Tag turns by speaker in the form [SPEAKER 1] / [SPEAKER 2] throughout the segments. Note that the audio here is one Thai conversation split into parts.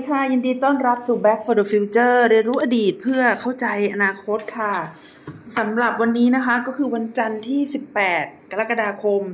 [SPEAKER 1] ค่ะยินดีต้อนรับสู่ Back for the Future เรียนรู้อดีตเพื่อเข้าใจอนาคตค่ะสำหรับวันนี้นะคะก็คือวันจันทร์ที่18กรกฎาคม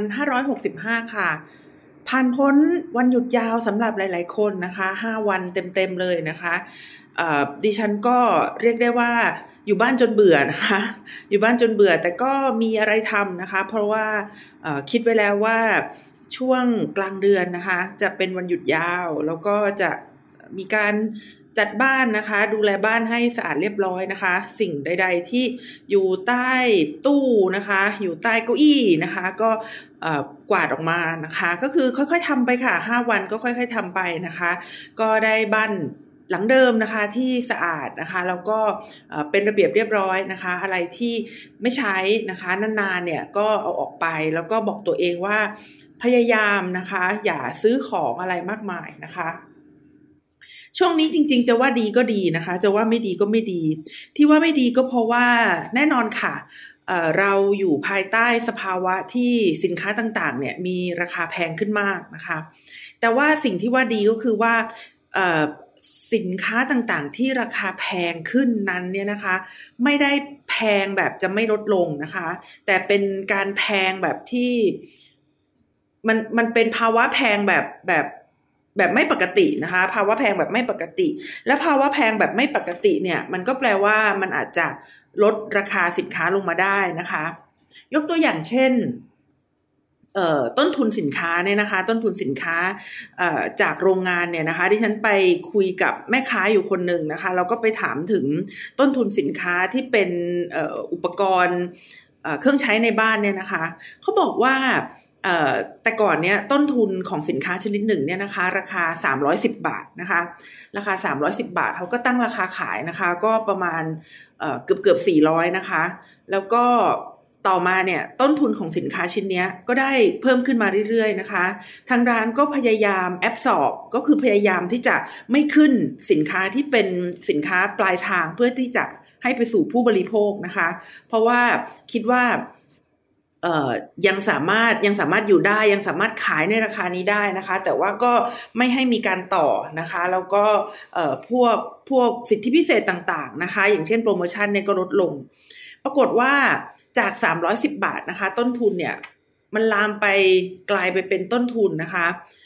[SPEAKER 1] 2565ค่ะผ่านพ้นวันหยุดยาวสำหรับหลายๆคนนะคะ5วันเต็มๆเลยนะคะดิฉันก็เรียกได้ว่าอยู่บ้านจนเบื่อนะคะอยู่บ้านจนเบื่อแต่ก็มีอะไรทำนะคะเพราะว่าคิดไว้แล้วว่าช่วงกลางเดือนนะคะจะเป็นวันหยุดยาวแล้วก็จะมีการจัดบ้านนะคะดูแลบ้านให้สะอาดเรียบร้อยนะคะสิ่งใดๆที่อยู่ใต้ตู้นะคะอยู่ใต้เก้าอี้นะคะก็กวาดออกมานะคะก็คือค่อยๆทำไปค่ะ5วันก็ค่อยๆทำไปนะคะก็ได้บ้านหลังเดิมนะคะที่สะอาดนะคะแล้วก็เป็นระเบียบเรียบร้อยนะคะอะไรที่ไม่ใช้นะคะนานๆเนี่ยก็เอาออกไปแล้วก็บอกตัวเองว่าพยายามนะคะอย่าซื้อของอะไรมากมายนะคะช่วงนี้จริงๆจะว่าดีก็ดีนะคะจะว่าไม่ดีก็ไม่ดีที่ว่าไม่ดีก็เพราะว่าแน่นอนค่ะเราอยู่ภายใต้สภาวะที่สินค้าต่างๆเนี่ยมีราคาแพงขึ้นมากนะคะแต่ว่าสิ่งที่ว่าดีก็คือว่าสินค้าต่างๆที่ราคาแพงขึ้นนั้นเนี่ยนะคะไม่ได้แพงแบบจะไม่ลดลงนะคะแต่เป็นการแพงแบบที่มันเป็นภาวะแพงแบบไม่ปกตินะคะภาวะแพงแบบไม่ปกติและภาวะแพงแบบไม่ปกติเนี่ยมันก็แปลว่ามันอาจจะลดราคาสินค้าลงมาได้นะคะยกตัวอย่างเช่นต้นทุนสินค้าเนี่ยนะคะต้นทุนสินค้าจากโรงงานเนี่ยนะคะดิฉันไปคุยกับแม่ค้าอยู่คนหนึ่งนะคะเราก็ไปถามถึงต้นทุนสินค้าที่เป็นอุปกรณ์เครื่องใช้ในบ้านเนี่ยนะคะเขาบอกว่าแต่ก่อนเนี่ยต้นทุนของสินค้าชนิดหนึ่งเนี่ยนะคะราคา310 บาทนะคะราคา310 บาทเขาก็ตั้งราคาขายนะคะก็ประมาณเกือบ400นะคะแล้วก็ต่อมาเนี่ยต้นทุนของสินค้าชิ้นนี้ก็ได้เพิ่มขึ้นมาเรื่อยๆนะคะทางร้านก็พยายามแอบสอบก็คือพยายามที่จะไม่ขึ้นสินค้าที่เป็นสินค้าปลายทางเพื่อที่จะให้ไปสู่ผู้บริโภคนะคะเพราะว่าคิดว่ายังสามารถอยู่ได้ยังสามารถขายในราคานี้ได้นะคะแต่ว่าก็ไม่ให้มีการต่อนะคะแล้วก็พวกสิทธิพิเศษต่างๆนะคะอย่างเช่นโปรโมชั่นเนี่ยก็ลดลงปรากฏว่าจาก310 บาทนะคะต้นทุนเนี่ยมันลามไปกลายไปเป็นต้นทุนนะคะ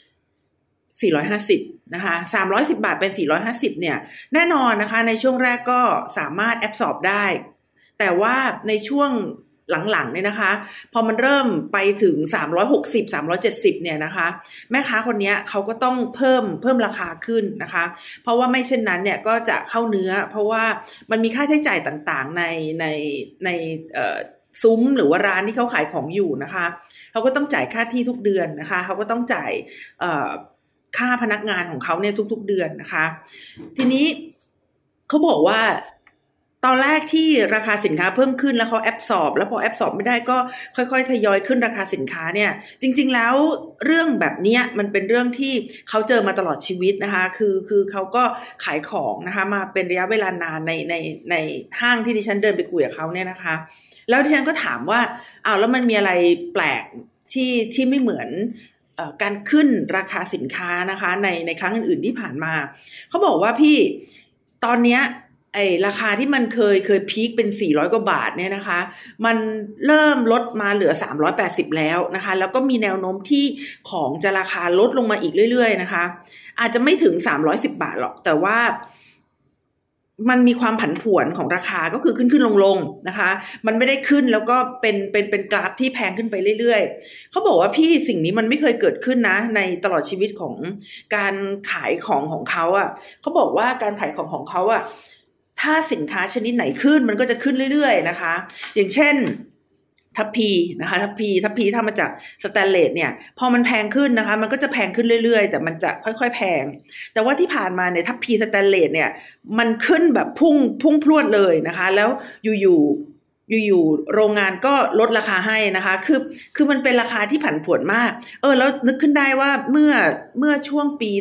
[SPEAKER 1] 450นะคะ310 บาทเป็น450เนี่ยแน่นอนนะคะในช่วงแรกก็สามารถแอบสอบได้แต่ว่าในช่วงหลังๆเนี่ยนะคะพอมันเริ่มไปถึง360 370เนี่ยนะคะแม่ค้าคนนี้เขาก็ต้องเพิ่มราคาขึ้นนะคะเพราะว่าไม่เช่นนั้นเนี่ยก็จะเข้าเนื้อเพราะว่ามันมีค่าใช้จ่ายต่างๆในซุ้มหรือว่าร้านที่เขาขายของอยู่นะคะเขาก็ต้องจ่ายค่าที่ทุกเดือนนะคะเขาก็ต้องจ่ายค่าพนักงานของเขาเนี่ยทุกๆเดือนนะคะทีนี้เขาบอกว่าตอนแรกที่ราคาสินค้าเพิ่มขึ้นแล้วเขาแอบสอบแล้วพอแอบสอบไม่ได้ก็ค่อยๆทยอยขึ้นราคาสินค้าเนี่ยจริงๆแล้วเรื่องแบบนี้มันเป็นเรื่องที่เขาเจอมาตลอดชีวิตนะคะคือเขาก็ขายของนะคะมาเป็นระยะเวลานานในห้างที่ดิฉันเดินไปคุยกับเขาเนี่ยนะคะแล้วดิฉันก็ถามว่าแล้วมันมีอะไรแปลกที่ไม่เหมือนการขึ้นราคาสินค้านะคะในครั้งอื่นๆที่ผ่านมาเขาบอกว่าพี่ตอนเนี้ยราคาที่มันเคยพีคเป็น400 กว่าบาทเนี่ยนะคะมันเริ่มลดมาเหลือ380แล้วนะคะแล้วก็มีแนวโน้มที่ของจะราคาลดลงมาอีกเรื่อยๆนะคะอาจจะไม่ถึง310 บาทหรอกแต่ว่ามันมีความผันผวนของราคาก็คือขึ้นลงนะคะมันไม่ได้ขึ้นแล้วก็เป็นกราฟที่แพงขึ้นไปเรื่อยๆเขาบอกว่าพี่สิ่งนี้มันไม่เคยเกิดขึ้นนะในตลอดชีวิตของการขายของเขาอ่ะเขาบอกว่าการขายของเขาอ่ะถ้าสินค้าชนิดไหนขึ้นมันก็จะขึ้นเรื่อยๆนะคะอย่างเช่นทัพพีนะคะทัพพีถ้ามาจากสแตนเลสเนี่ยพอมันแพงขึ้นนะคะมันก็จะแพงขึ้นเรื่อยๆแต่มันจะค่อยๆแพงแต่ว่าที่ผ่านมาเนี่ยทัพพีสแตนเลสเนี่ยมันขึ้นแบบพุ่งพรวดเลยนะคะแล้วอยู่โรงงานก็ลดราคาให้นะคะคือมันเป็นราคาที่ผันผวนมากแล้วนึกขึ้นได้ว่าเมื่อช่วงปี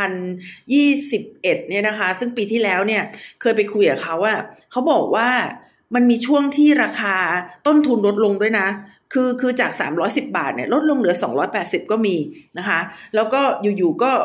[SPEAKER 1] 2021เนี่ยนะคะซึ่งปีที่แล้วเนี่ยเคยไปคุยกับเขาอะเขาบอกว่ามันมีช่วงที่ราคาต้นทุนลดลงด้วยนะคือจาก310 บาทเนี่ยลดลงเหลือ280ก็มีนะคะแล้วก็อยู่ๆก็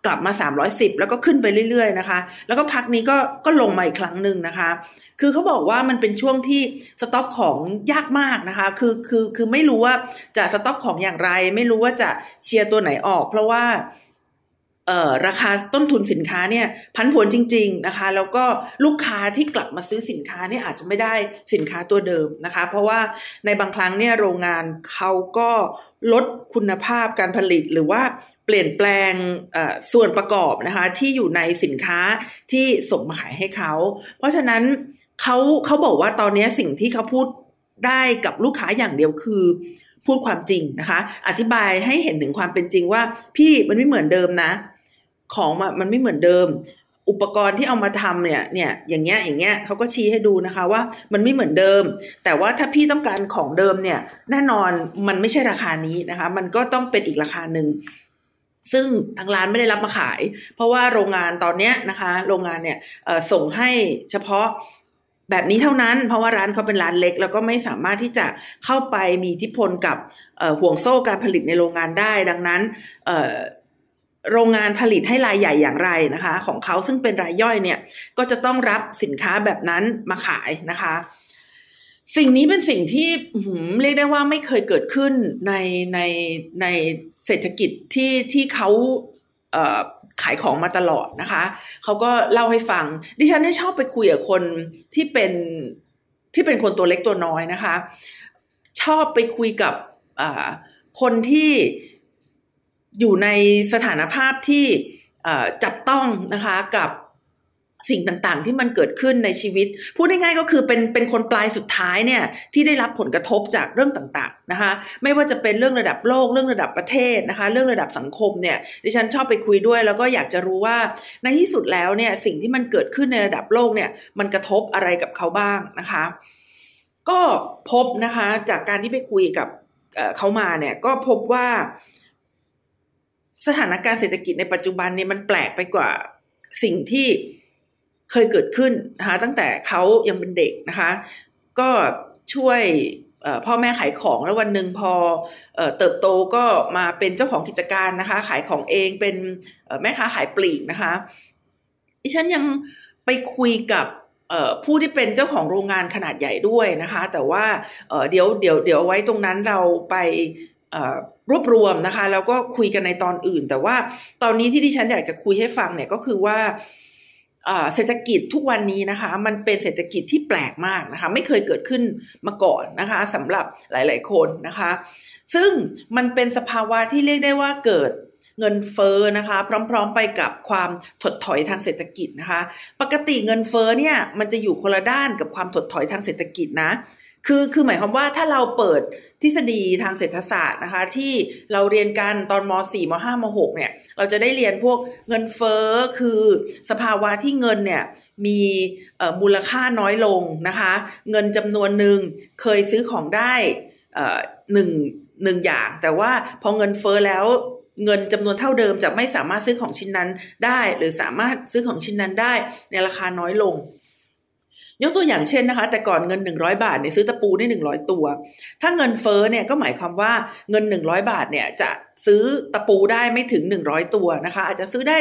[SPEAKER 1] กลับมา310แล้วก็ขึ้นไปเรื่อยๆนะคะแล้วก็พักนี้ก็ลงมาอีกครั้งนึงนะคะคือเขาบอกว่ามันเป็นช่วงที่สต็อกของยากมากนะคะคือไม่รู้ว่าจะสต็อกของอย่างไรไม่รู้ว่าจะเชียร์ตัวไหนออกเพราะว่าราคาต้นทุนสินค้าเนี่ยผันผวนจริงๆนะคะแล้วก็ลูกค้าที่กลับมาซื้อสินค้าเนี่ยอาจจะไม่ได้สินค้าตัวเดิมนะคะเพราะว่าในบางครั้งเนี่ยโรงงานเขาก็ลดคุณภาพการผลิตหรือว่าเปลี่ยนแปลงส่วนประกอบนะคะที่อยู่ในสินค้าที่ส่งมาขายให้เขาเพราะฉะนั้นเขาบอกว่าตอนนี้สิ่งที่เขาพูดได้กับลูกค้าอย่างเดียวคือพูดความจริงนะคะอธิบายให้เห็นถึงความเป็นจริงว่าพี่มันไม่เหมือนเดิมนะของมันไม่เหมือนเดิมอุปกรณ์ที่เอามาทำเนี่ยอย่างเงี้ยเขาก็ชี้ให้ดูนะคะว่ามันไม่เหมือนเดิมแต่ว่าถ้าพี่ต้องการของเดิมเนี่ยแน่นอนมันไม่ใช่ราคานี้นะคะมันก็ต้องเป็นอีกราคาหนึ่งซึ่งทางร้านไม่ได้รับมาขายเพราะว่าโรงงานตอนนี้นะคะโรงงานเนี่ยส่งให้เฉพาะแบบนี้เท่านั้นเพราะว่าร้านเขาเป็นร้านเล็กแล้วก็ไม่สามารถที่จะเข้าไปมีอิทธิพลกับห่วงโซ่การผลิตในโรงงานได้ดังนั้นโรงงานผลิตให้รายใหญ่อย่างไรนะคะของเขาซึ่งเป็นรายย่อยเนี่ยก็จะต้องรับสินค้าแบบนั้นมาขายนะคะสิ่งนี้เป็นสิ่งที่เรียกได้ว่าไม่เคยเกิดขึ้นในเศรษฐกิจที่เขาขายของมาตลอดนะคะเขาก็เล่าให้ฟังดิฉันได้ชอบไปคุยกับคนที่เป็นคนตัวเล็กตัวน้อยนะคะชอบไปคุยกับคนที่อยู่ในสถานภาพที่จับต้องนะคะกับสิ่งต่างๆที่มันเกิดขึ้นในชีวิตพูดง่ายๆก็คือเป็นคนปลายสุดท้ายเนี่ยที่ได้รับผลกระทบจากเรื่องต่างๆนะคะไม่ว่าจะเป็นเรื่องระดับโลกเรื่องระดับประเทศนะคะเรื่องระดับสังคมเนี่ยดิฉันชอบไปคุยด้วยแล้วก็อยากจะรู้ว่าในที่สุดแล้วเนี่ยสิ่งที่มันเกิดขึ้นในระดับโลกเนี่ยมันกระทบอะไรกับเขาบ้างนะคะก็พบนะคะจากการที่ไปคุยกับเขามาเนี่ยก็พบว่าสถานการณ์เศรษฐกิจในปัจจุบันเนี่ยมันแปลกไปกว่าสิ่งที่เคยเกิดขึ้นนะคะตั้งแต่เขายังเป็นเด็กนะคะก็ช่วยพ่อแม่ขายของแล้ววันหนึ่งพอเติบโตก็มาเป็นเจ้าของกิจการนะคะขายของเองเป็นแม่ค้าขายปลีกนะคะดิฉันยังไปคุยกับผู้ที่เป็นเจ้าของโรงงานขนาดใหญ่ด้วยนะคะแต่ว่าเดี๋ยวเอาไว้ตรงนั้นเราไปรวบรวมนะคะแล้วก็คุยกันในตอนอื่นแต่ว่าตอนนี้ที่ดิฉันอยากจะคุยให้ฟังเนี่ยก็คือว่าเศรษฐกิจทุกวันนี้นะคะมันเป็นเศรษฐกิจที่แปลกมากนะคะไม่เคยเกิดขึ้นมาก่อนนะคะสำหรับหลายๆคนนะคะซึ่งมันเป็นสภาวะที่เรียกได้ว่าเกิดเงินเฟ้อนะคะพร้อมๆไปกับความถดถอยทางเศรษฐกิจนะคะปกติเงินเฟ้อเนี่ยมันจะอยู่คนละด้านกับความถดถอยทางเศรษฐกิจนะคือหมายความว่าถ้าเราเปิดทฤษฎีทางเศรษฐศาสตร์นะคะที่เราเรียนกันตอนม.4 ม.5 ม.6 เนี่ยเราจะได้เรียนพวกเงินเฟ้อคือสภาวะที่เงินเนี่ยมีมูลค่าน้อยลงนะคะเงินจำนวนหนึ่งเคยซื้อของได้หนึ่งอย่างแต่ว่าพอเงินเฟ้อแล้วเงินจำนวนเท่าเดิมจะไม่สามารถซื้อของชิ้นนั้นได้หรือสามารถซื้อของชิ้นนั้นได้ในราคาน้อยลงยกตัวอย่างเช่นนะคะแต่ก่อนเงิน100 บาทเนี่ยซื้อตะปูได้100ตัวถ้าเงินเฟ้อเนี่ยก็หมายความว่าเงิน100 บาทเนี่ยจะซื้อตะปูได้ไม่ถึง100ตัวนะคะอาจจะซื้อได้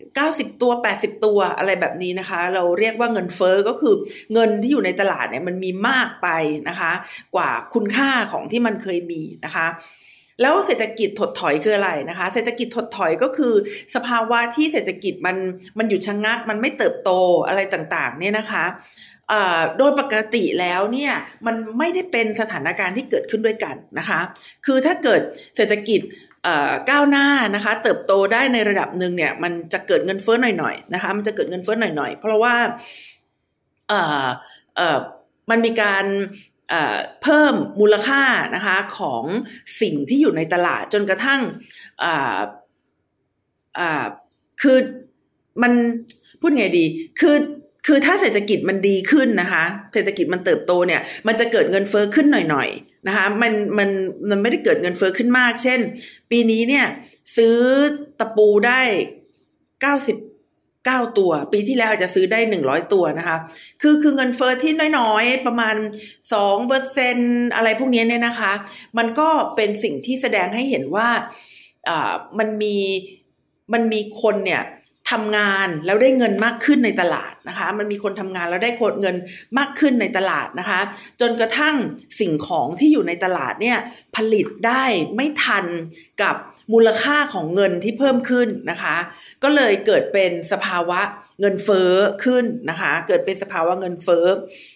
[SPEAKER 1] 90ตัว80ตัวอะไรแบบนี้นะคะเราเรียกว่าเงินเฟ้อก็คือเงินที่อยู่ในตลาดเนี่ยมันมีมากไปนะคะกว่าคุณค่าของที่มันเคยมีนะคะแล้วเศรษฐกิจถดถอยคืออะไรนะคะเศรษฐกิจถดถอยก็คือสภาวะที่เศรษฐกิจมันหยุดชะงักมันไม่เติบโตอะไรต่างๆเนี่ยนะคะโดยปกติแล้วเนี่ยมันไม่ได้เป็นสถานการณ์ที่เกิดขึ้นด้วยกันนะคะคือถ้าเกิดเศรษฐกิจก้าวหน้านะคะเติบโตได้ในระดับหนึ่งเนี่ยมันจะเกิดเงินเฟ้อหน่อยๆนะคะมันจะเกิดเงินเฟ้อหน่อยๆเพราะว่ามันมีการเพิ่มมูลค่านะคะของสิ่งที่อยู่ในตลาดจนกระทั่งคือมันพูดไงดีคือถ้าเศรษฐกิจมันดีขึ้นนะคะเศรษฐกิจมันเติบโตเนี่ยมันจะเกิดเงินเฟ้อขึ้นหน่อยๆนะคะมันไม่ได้เกิดเงินเฟ้อขึ้นมากเช่นปีนี้เนี่ยซื้อตะปูได้99ตัวปีที่แล้วอาจจะซื้อได้100ตัวนะคะคือเงินเฟ้อที่น้อยๆประมาณ 2% อะไรพวกนี้เนี่ยนะคะมันก็เป็นสิ่งที่แสดงให้เห็นว่ามันมีมันมีคนเนี่ยทำงานแล้วได้เงินมากขึ้นในตลาดนะคะมันมีคนทำงานแล้วได้เงินมากขึ้นในตลาดนะคะจนกระทั่งสิ่งของที่อยู่ในตลาดเนี่ยผลิตได้ไม่ทันกับมูลค่าของเงินที่เพิ่มขึ้นนะคะก็เลยเกิดเป็นสภาวะเงินเฟ้อขึ้นนะคะเกิดเป็นสภาวะเงินเฟ้อ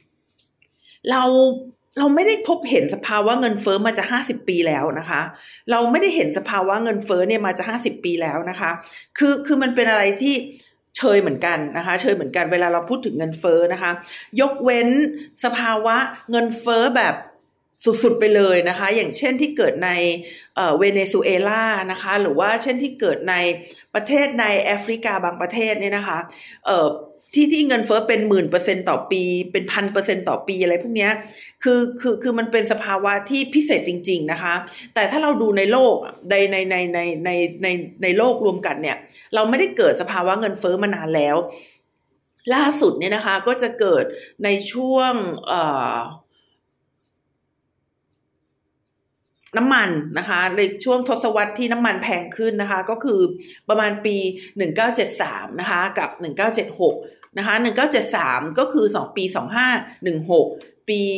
[SPEAKER 1] เราไม่ได้พบเห็นสภาวะเงินเฟ้อมาจะ50 ปีแล้วนะคะเราไม่ได้เห็นสภาวะเงินเฟ้อเนี่ยมาจะ50 ปีแล้วนะคะคือมันเป็นอะไรที่เชยเหมือนกันนะคะเชยเหมือนกันเวลาเราพูดถึงเงินเฟ้อนะคะยกเว้นสภาวะเงินเฟ้อแบบสุดๆไปเลยนะคะอย่างเช่นที่เกิดในเวเนซุเอลานะคะหรือว่าเช่นที่เกิดในประเทศในแอฟริกาบางประเทศเนี่ยนะคะที่เงินเฟ้อเป็น10,000%ต่อปีเป็น1,000%ต่อปีอะไรพวกเนี้ยคือมันเป็นสภาวะที่พิเศษจริงๆนะคะแต่ถ้าเราดูในโลกในโลกรวมกันเนี่ยเราไม่ได้เกิดสภาวะเงินเฟ้อมานานแล้วล่าสุดเนี่ยนะคะก็จะเกิดในช่วงน้ำมันนะคะในช่วงทศวรรษที่น้ำมันแพงขึ้นนะคะก็คือประมาณปี1973นะคะกับ1976นะคะ1973ก็คือปี2516ปี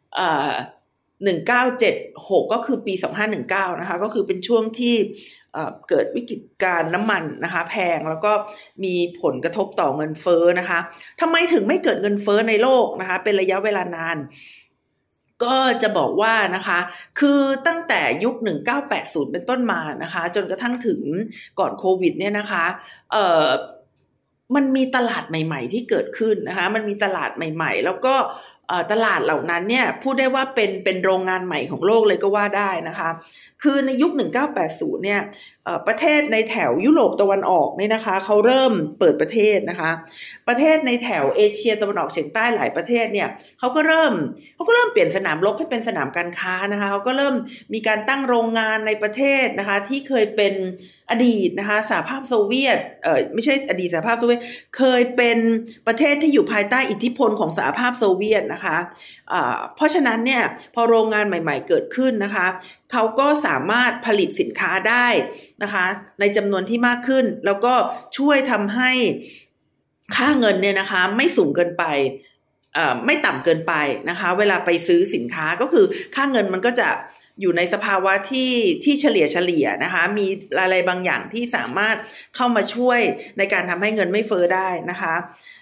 [SPEAKER 1] 1976ก็คือปี2519นะคะก็คือเป็นช่วงที่เกิดวิกฤตการณ์น้ำมันนะคะแพงแล้วก็มีผลกระทบต่อเงินเฟ้อนะคะทำไมถึงไม่เกิดเงินเฟ้อในโลกนะคะเป็นระยะเวลานานก็จะบอกว่านะคะคือตั้งแต่ยุค1980เป็นต้นมานะคะจนกระทั่งถึงก่อนโควิดเนี่ยนะคะมันมีตลาดใหม่ๆที่เกิดขึ้นนะคะมันมีตลาดใหม่ๆแล้วก็ตลาดเหล่านั้นเนี่ยพูดได้ว่าเป็นโรงงานใหม่ของโลกเลยก็ว่าได้นะคะคือในยุค1980เนี่ยประเทศในแถวยุโรปตะวันออกเนี่ยนะคะเขาเริ่มเปิดประเทศนะคะประเทศในแถวเอเชียตะวันออกเฉียงใต้หลายประเทศเนี่ยเขาก็เริ่มเปลี่ยนสนามรบให้เป็นสนามการค้านะคะเขาก็เริ่มมีการตั้งโรงงานในประเทศนะคะที่เคยเป็นอดีตนะคะสหภาพโซเวียตไม่ใช่อดีตสหภาพโซเวียตเคยเป็นประเทศที่อยู่ภายใต้อิทธิพลของสหภาพโซเวียตนะคะเพราะฉะนั้นเนี่ยพอโรงงานใหม่ๆเกิดขึ้นนะคะเขาก็สามารถผลิตสินค้าได้นะคะในจำนวนที่มากขึ้นแล้วก็ช่วยทำให้ค่าเงินเนี่ยนะคะไม่สูงเกินไปไม่ต่ำเกินไปนะคะเวลาไปซื้อสินค้าก็คือค่าเงินมันก็จะอยู่ในสภาวะที่เฉลี่ยนะคะมีอะไรบางอย่างที่สามารถเข้ามาช่วยในการทำให้เงินไม่เฟ้อได้นะคะ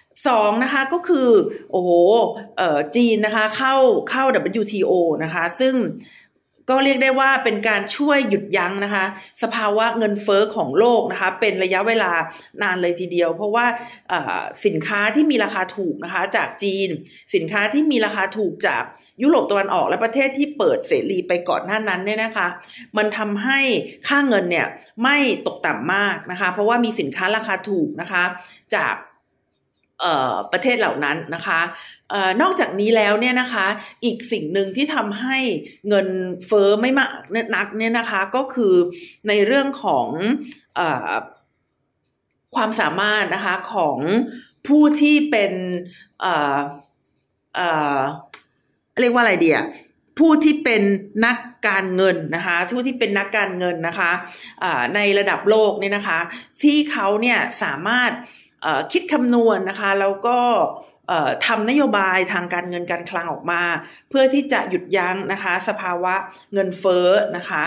[SPEAKER 1] 2นะคะก็คือจีนนะคะเข้า WTO นะคะซึ่งก็เรียกได้ว่าเป็นการช่วยหยุดยั้งนะคะสภาวะเงินเฟ้อของโลกนะคะเป็นระยะเวลานานเลยทีเดียวเพราะว่าสินค้าที่มีราคาถูกนะคะจากจีนสินค้าที่มีราคาถูกจากยุโรปตะวันออกและประเทศที่เปิดเสรีไปก่อนหน้านั้นเนี่ยนะคะมันทำให้ค่าเงินเนี่ยไม่ตกต่ำมากนะคะเพราะว่ามีสินค้าราคาถูกนะคะจากประเทศเหล่านั้นนะคะนอกจากนี้แล้วเนี่ยนะคะอีกสิ่งหนึ่งที่ทำให้เงินเฟ้อไม่มากนักเนี่ยนะคะก็คือในเรื่องของความสามารถนะคะของผู้ที่เป็นเรียกว่าอะไรดีอะผู้ที่เป็นนักการเงินนะคะผู้ที่เป็นนักการเงินนะคะในระดับโลกเนี่ยนะคะที่เขาเนี่ยสามารถคิดคำนวณนะคะแล้วก็ทำนโยบายทางการเงินการคลังออกมาเพื่อที่จะหยุดยั้งนะคะสภาวะเงินเฟ้อนะคะ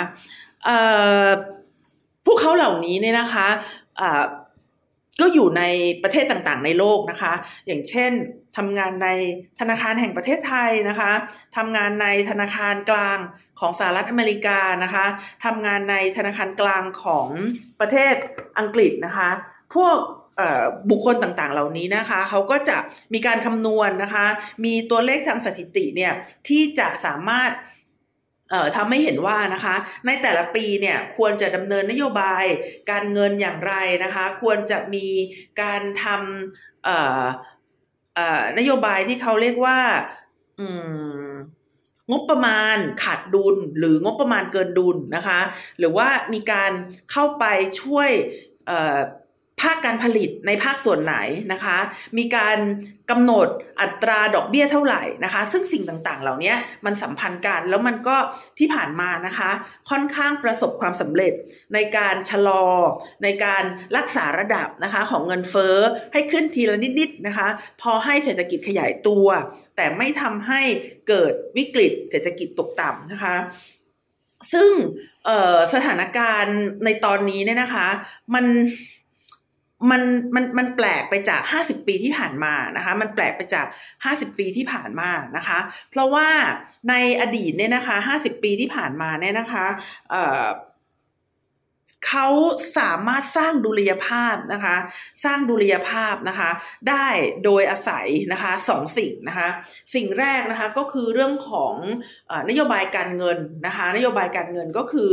[SPEAKER 1] พวกเขาเหล่านี้เนี่ยนะคะก็อยู่ในประเทศต่างๆในโลกนะคะอย่างเช่นทำงานในธนาคารแห่งประเทศไทยนะคะทำงานในธนาคารกลางของสหรัฐอเมริกานะคะทำงานในธนาคารกลางของประเทศอังกฤษนะคะพวกบุคคลต่างๆเหล่านี้นะคะเขาก็จะมีการคำนวณนะคะมีตัวเลขทางสถิติเนี่ยที่จะสามารถทำให้เห็นว่านะคะในแต่ละปีเนี่ยควรจะดำเนินนโยบายการเงินอย่างไรนะคะควรจะมีการทำนโยบายที่เขาเรียกว่างบประมาณขาดดุลหรืองบประมาณเกินดุลนะคะหรือว่ามีการเข้าไปช่วยภาคการผลิตในภาคส่วนไหนนะคะมีการกำหนดอัตราดอกเบี้ยเท่าไหร่นะคะซึ่งสิ่งต่างๆเหล่านี้มันสัมพันธ์กันแล้วมันก็ที่ผ่านมานะคะค่อนข้างประสบความสำเร็จในการชะลอในการรักษาระดับนะคะของเงินเฟ้อให้ขึ้นทีละนิดๆนะคะพอให้เศรษฐกิจขยายตัวแต่ไม่ทำให้เกิดวิกฤตเศรษฐกิจตกต่ำนะคะซึ่งสถานการณ์ในตอนนี้เนี่ยนะคะมันแปลกไปจาก50ปีที่ผ่านมานะคะมันแปลกไปจาก50ปีที่ผ่านมานะคะเพราะว่าในอดีตเนี่ยนะคะ50ปีที่ผ่านมาเนี่ยนะคะเขาสามารถสร้างดุลยภาพนะคะสร้างดุลยภาพนะคะได้โดยอาศัยนะคะ2สิ่งนะคะสิ่งแรกนะคะก็คือเรื่องของนโยบายการเงินนะคะนโยบายการเงินก็คือ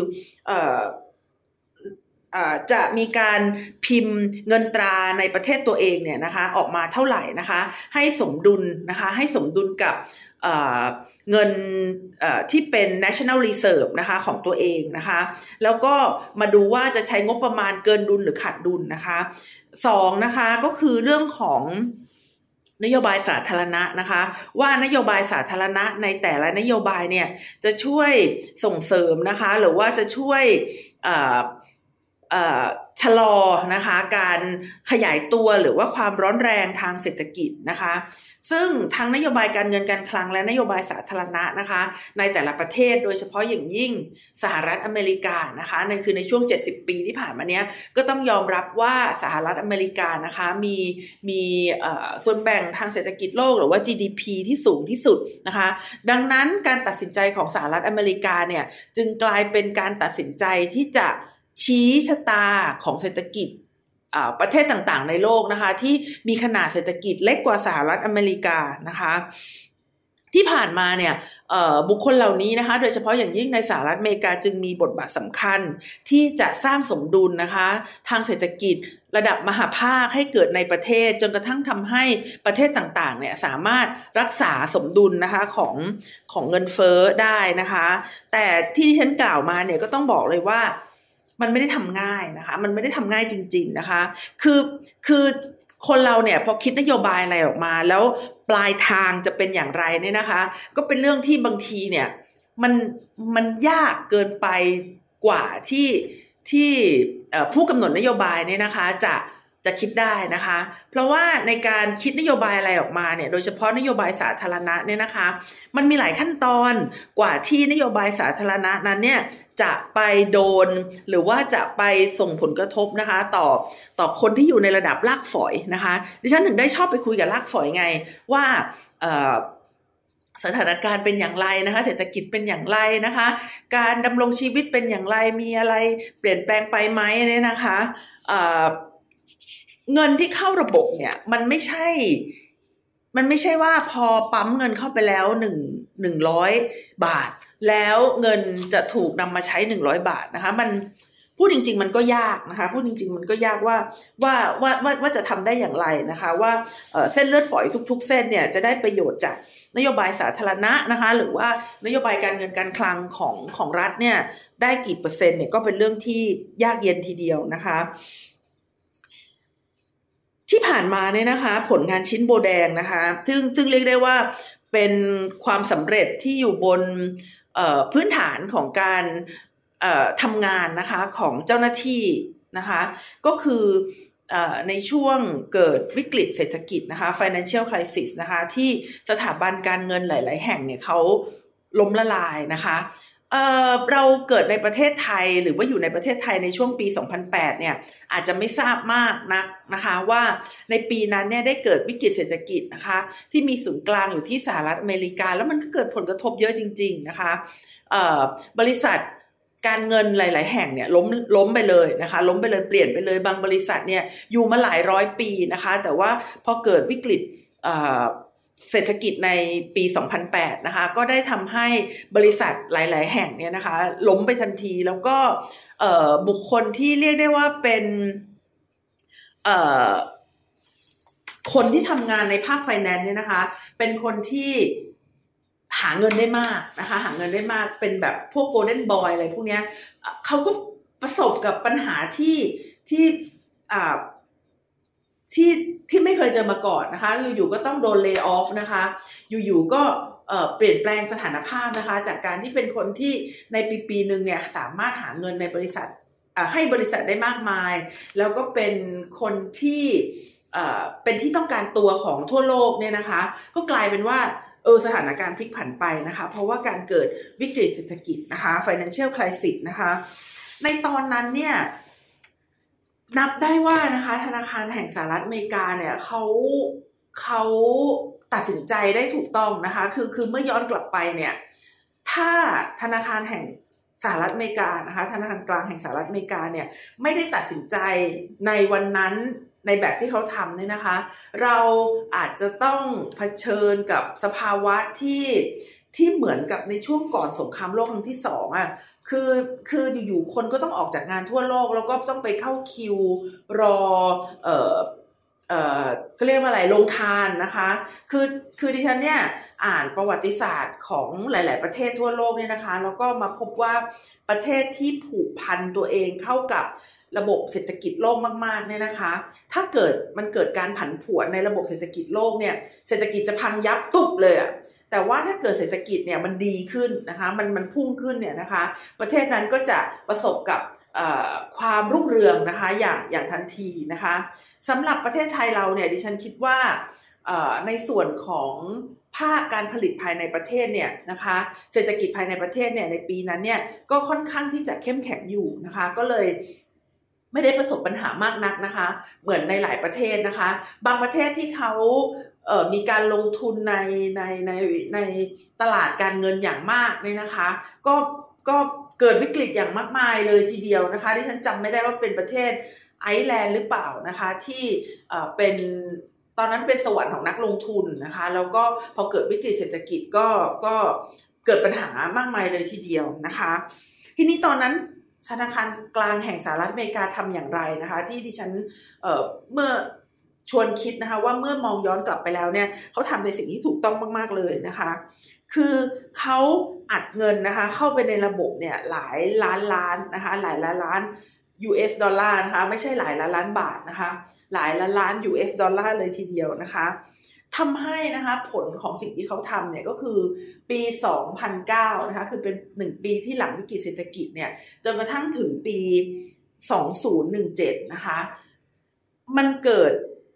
[SPEAKER 1] จะมีการพิมพ์เงินตราในประเทศตัวเองเนี่ยนะคะออกมาเท่าไหร่นะคะให้สมดุลนะคะให้สมดุลกับเงินที่เป็น national reserve นะคะของตัวเองนะคะแล้วก็มาดูว่าจะใช้งบประมาณเกินดุลหรือขาดดุลนะคะ2นะคะก็คือเรื่องของนโยบายสาธารณะนะคะว่านโยบายสาธารณะในแต่ละนโยบายเนี่ยจะช่วยส่งเสริมนะคะหรือว่าจะช่วยชะลอนะคะการขยายตัวหรือว่าความร้อนแรงทางเศรษฐกิจนะคะซึ่งทั้งนโยบายการเงินการคลังและนโยบายสาธารณะนะคะในแต่ละประเทศโดยเฉพาะอย่างยิ่งสหรัฐอเมริกานะคะนั่นคือในช่วง70ปีที่ผ่านมาเนี้ยก็ต้องยอมรับว่าสหรัฐอเมริกานะคะมีส่วนแบ่งทางเศรษฐกิจโลกหรือว่า GDP ที่สูงที่สุดนะคะดังนั้นการตัดสินใจของสหรัฐอเมริกาเนี่ยจึงกลายเป็นการตัดสินใจที่จะชี้ชะตาของเศรษฐกิจประเทศต่างๆในโลกนะคะที่มีขนาดเศรษฐกิจเล็กกว่าสหรัฐอเมริกานะคะที่ผ่านมาเนี่ยบุคคลเหล่านี้นะคะโดยเฉพาะอย่างยิ่งในสหรัฐอเมริกาจึงมีบทบาทสำคัญที่จะสร้างสมดุลนะคะทางเศรษฐกิจระดับมหาภาคให้เกิดในประเทศจนกระทั่งทำให้ประเทศต่างๆเนี่ยสามารถรักษาสมดุลนะคะของเงินเฟ้อได้นะคะแต่ที่ที่ฉันกล่าวมาเนี่ยก็ต้องบอกเลยว่ามันไม่ได้ทำง่ายนะคะมันไม่ได้ทำง่ายจริงๆนะคะคือคนเราเนี่ยพอคิดนโยบายอะไรออกมาแล้วปลายทางจะเป็นอย่างไรเนี่ยนะคะก็เป็นเรื่องที่บางทีเนี่ยมันยากเกินไปกว่าที่ผู้กำหนดนโยบายเนี่ยนะคะจะคิดได้นะคะเพราะว่าในการคิดนโยบายอะไรออกมาเนี่ยโดยเฉพาะนโยบายสาธารณะเนี่ยนะคะมันมีหลายขั้นตอนกว่าที่นโยบายสาธารณะนั้นเนี่ยจะไปโดนหรือว่าจะไปส่งผลกระทบนะคะต่อคนที่อยู่ในระดับรากฝอยนะคะดิฉันถึงได้ชอบไปคุยกับรากฝอยไงว่าสถานการณ์เป็นอย่างไรนะคะเศรษฐกิจเป็นอย่างไรนะคะการดำรงชีวิตเป็นอย่างไรมีอะไรเปลี่ยนแปลงไปไหมเนี่ยนะคะเงินที่เข้าระบบเนี่ยมันไม่ใช่ว่าพอปั๊มเงินเข้าไปแล้ว100 บาทแล้วเงินจะถูกนำมาใช้100 บาทนะคะมันพูดจริงๆมันก็ยากนะคะพูดจริงๆมันก็ยากว่าจะทำได้อย่างไรนะคะว่าเส้นเลือดฝอยทุกๆเส้นเนี่ยจะได้ประโยชน์จากนโยบายสาธารณะนะคะหรือว่านโยบายการเงินการคลังของรัฐเนี่ยได้กี่เปอร์เซ็นต์เนี่ยก็เป็นเรื่องที่ยากเย็นทีเดียวนะคะที่ผ่านมาเนี่ยนะคะผลงานชิ้นโบแดงนะคะซึ่งเรียกได้ว่าเป็นความสำเร็จที่อยู่บนพื้นฐานของการทำงานนะคะของเจ้าหน้าที่นะคะก็คือในช่วงเกิดวิกฤตเศรษฐกิจนะคะ financial crisis นะคะที่สถาบันการเงินหลายๆแห่งเนี่ยเขาล้มละลายนะคะเราเกิดในประเทศไทยหรือว่าอยู่ในประเทศไทยในช่วงปี 2008 เนี่ยอาจจะไม่ทราบมากนักนะคะว่าในปีนั้นเนี่ยได้เกิดวิกฤตเศรษฐกิจนะคะที่มีศูนย์กลางอยู่ที่สหรัฐอเมริกาแล้วมันก็เกิดผลกระทบเยอะจริงๆนะคะบริษัทการเงินหลายๆแห่งเนี่ยล้มไปเลยนะคะล้มไปเลยเปลี่ยนไปเลยบางบริษัทเนี่ยอยู่มาหลายร้อยปีนะคะแต่ว่าพอเกิดวิกฤตเศรษฐกิจในปี 2008 นะคะก็ได้ทำให้บริษัทหลายๆแห่งเนี่ยนะคะล้มไปทันทีแล้วก็บุคคลที่เรียกได้ว่าเป็นคนที่ทำงานในภาคไฟแนนซ์เนี่ยนะคะเป็นคนที่หาเงินได้มากนะคะหาเงินได้มากเป็นแบบพวกโกลเด้นบอยอะไรพวกนี้เขาก็ประสบกับปัญหาที่ที่ที่ไม่เคยเจอมาก่อนนะคะอยู่ๆก็ต้องโดนเลย์ออฟนะคะอยู่ๆก็เปลี่ยนแปลงสถานภาพนะคะจากการที่เป็นคนที่ในปีหนึ่งเนี่ยสามารถหาเงินในบริษัทให้บริษัทได้มากมายแล้วก็เป็นคนที่เป็นที่ต้องการตัวของทั่วโลกเนี่ยนะคะก็กลายเป็นว่าสถานการณ์พลิกผันไปนะคะเพราะว่าการเกิดวิกฤตเศรษฐกิจนะคะ financial crisis นะคะในตอนนั้นเนี่ยนับได้ว่านะคะธนาคารแห่งสหรัฐอเมริกาเนี่ยเขาตัดสินใจได้ถูกต้องนะคะคือเมื่อย้อนกลับไปเนี่ยถ้าธนาคารแห่งสหรัฐอเมริกานะคะธนาคารกลางแห่งสหรัฐอเมริกาเนี่ยไม่ได้ตัดสินใจในวันนั้นในแบบที่เขาทำเนี่ยนะคะเราอาจจะต้องเผชิญกับสภาวะที่เหมือนกับในช่วงก่อนสงครามโลกครั้งที่2อ่ะคืออยู่ๆคนก็ต้องออกจากงานทั่วโลกแล้วก็ต้องไปเข้าคิวรอก็เรียกว่าอะไรลงทานนะคะคือดิฉันเนี่ยอ่านประวัติศาสตร์ของหลายๆประเทศทั่วโลกเนี่ยนะคะแล้วก็มาพบว่าประเทศที่ผูกพันตัวเองเข้ากับระบบเศรษฐกิจโลกมากๆเนี่ยนะคะถ้าเกิดมันเกิดการผันผวนในระบบเศรษฐกิจโลกเนี่ยเศรษฐกิจจะพังยับตุบเลยอะแต่ว่าถ้าเกิดเศรษฐกิจเนี่ยมันดีขึ้นนะคะมันพุ่งขึ้นเนี่ยนะคะประเทศนั้นก็จะประสบกับความรุ่งเรืองนะคะอย่างทันทีนะคะสำหรับประเทศไทยเราเนี่ยดิฉันคิดว่าในส่วนของภาคการผลิตภายในประเทศเนี่ยนะคะเศรษฐกิจภายในประเทศเนี่ยในปีนั้นเนี่ยก็ค่อนข้างที่จะเข้มแข็งอยู่นะคะก็เลยไม่ได้ประสบปัญหามากนักนะคะเหมือนในหลายประเทศนะคะบางประเทศที่เขามีการลงทุนในตลาดการเงินอย่างมากเนี่ยนะคะก็เกิดวิกฤตอย่างมากมายเลยทีเดียวนะคะที่ฉันจำไม่ได้ว่าเป็นประเทศไอร์แลนด์หรือเปล่านะคะที่เป็นตอนนั้นเป็นสวรรค์ของนักลงทุนนะคะแล้วก็พอเกิดวิกฤตเศรษฐกิจก็เกิดปัญหามากมายเลยทีเดียวนะคะทีนี้ตอนนั้นธนาคารกลางแห่งสหรัฐอเมริกาทำอย่างไรนะคะที่ดิฉันเมื่อชวนคิดนะคะว่าเมื่อมองย้อนกลับไปแล้วเนี่ยเขาทำในสิ่งที่ถูกต้องมากๆเลยนะคะคือเขาอัดเงินนะคะเข้าไปในระบบเนี่ยหลายล้านนะคะหลายล้าน US ดอลลาร์นะคะไม่ใช่หลายล้านบาทนะคะหลายล้าน US ดอลลาร์เลยทีเดียวนะคะทำให้นะคะผลของสิ่งที่เขาทำเนี่ยก็คือปี2009นะคะคือเป็น1ปีที่หลังวิกฤตเศรษฐกิจเนี่ยจนกระทั่งถึงปี2017นะคะมันเกิด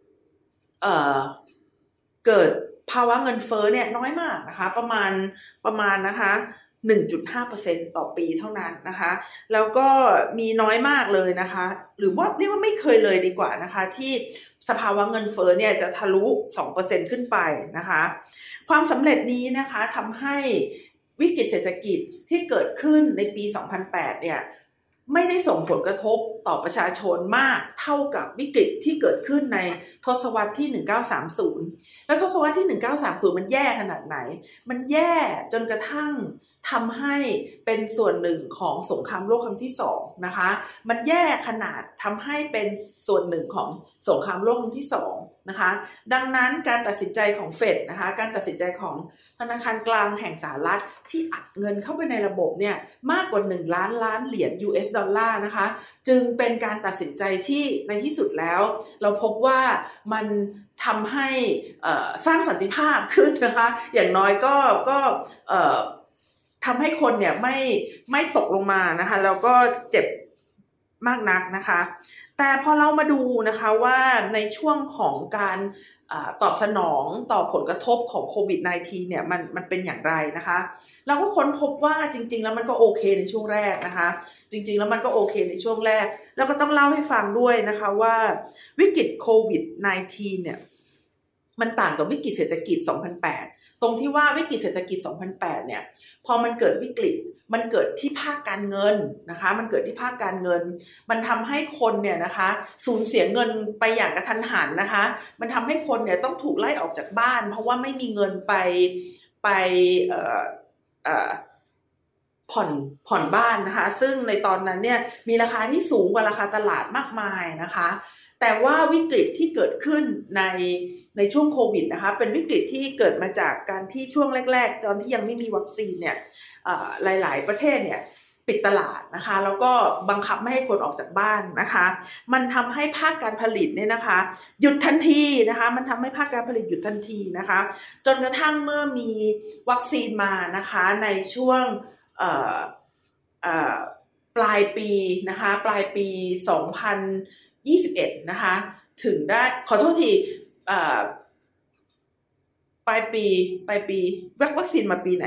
[SPEAKER 1] ภาวะเงินเฟ้อเนี่ยน้อยมากนะคะประมาณนะคะ 1.5% ต่อปีเท่านั้นนะคะแล้วก็มีน้อยมากเลยนะคะหรือว่าเรียกว่าไม่เคยเลยดีกว่านะคะที่สภาวะเงินเฟ้อเนี่ยจะทะลุ 2% ขึ้นไปนะคะความสำเร็จนี้นะคะทำให้วิกฤตเศรษฐกิจที่เกิดขึ้นในปี 2008 เนี่ยไม่ได้ส่งผลกระทบต่อประชาชนมากเท่ากับวิกฤตที่เกิดขึ้นในทศวรรษที่1930แล้วทศวรรษที่1930มันแย่ขนาดไหนมันแย่จนกระทั่งทำให้เป็นส่วนหนึ่งของสงครามโลกครั้งที่2นะคะมันแย่ขนาดทำให้เป็นส่วนหนึ่งของสงครามโลกครั้งที่2นะคะดังนั้นการตัดสินใจของเฟดนะคะการตัดสินใจของธนาคารกลางแห่งสหรัฐที่อัดเงินเข้าไปในระบบเนี่ยมากกว่า1 ล้านเหรียญ US ดอลลาร์นะคะจึงเป็นการตัดสินใจที่ในที่สุดแล้วเราพบว่ามันทำให้สร้างสันติภาพขึ้นนะคะอย่างน้อยก็ทำให้คนเนี่ยไม่ตกลงมานะคะแล้วก็เจ็บมากนักนะคะแต่พอเรามาดูนะคะว่าในช่วงของการตอบสนองต่อผลกระทบของโควิด -19 เนี่ยมันเป็นอย่างไรนะคะเราก็ค้นพบว่าจริงๆแล้วมันก็โอเคในช่วงแรกนะคะจริงๆแล้วมันก็โอเคในช่วงแรกแล้วก็ต้องเล่าให้ฟังด้วยนะคะว่าวิกฤตโควิด -19 เนี่ยมันต่างกับวิกฤตเศรษฐกิจ 2008 ตรงที่ว่าวิกฤตเศรษฐกิจ 2008 เนี่ยพอมันเกิดวิกฤตมันเกิดที่ภาคการเงินนะคะมันเกิดที่ภาคการเงินมันทำให้คนเนี่ยนะคะสูญเสียเงินไปอย่างกระทันหันนะคะมันทำให้คนเนี่ยต้องถูกไล่ออกจากบ้านเพราะว่าไม่มีเงินไปผ่อนบ้านนะคะซึ่งในตอนนั้นเนี่ยมีราคาที่สูงกว่าราคาตลาดมากมายนะคะแต่ว่าวิกฤตที่เกิดขึ้นในช่วงโควิดนะคะเป็นวิกฤตที่เกิดมาจากการที่ช่วงแรกๆตอนที่ยังไม่มีวัคซีนเนี่ยหลายๆประเทศเนี่ยปิปิดตลาดนะคะแล้วก็บังคับไม่ให้คนออกจากบ้านนะคะมันทำให้ภาคการผลิตเนี่ยนะคะหยุดทันทีนะคะมันทำให้ภาคการผลิตหยุดทันทีนะคะจนกระทั่งเมื่อมีวัคซีนมานะคะในช่วงปลายปีนะคะปลายปี2021นะคะถึงได้ขอโทษทีปลายปีวัคซีนมาปีไหน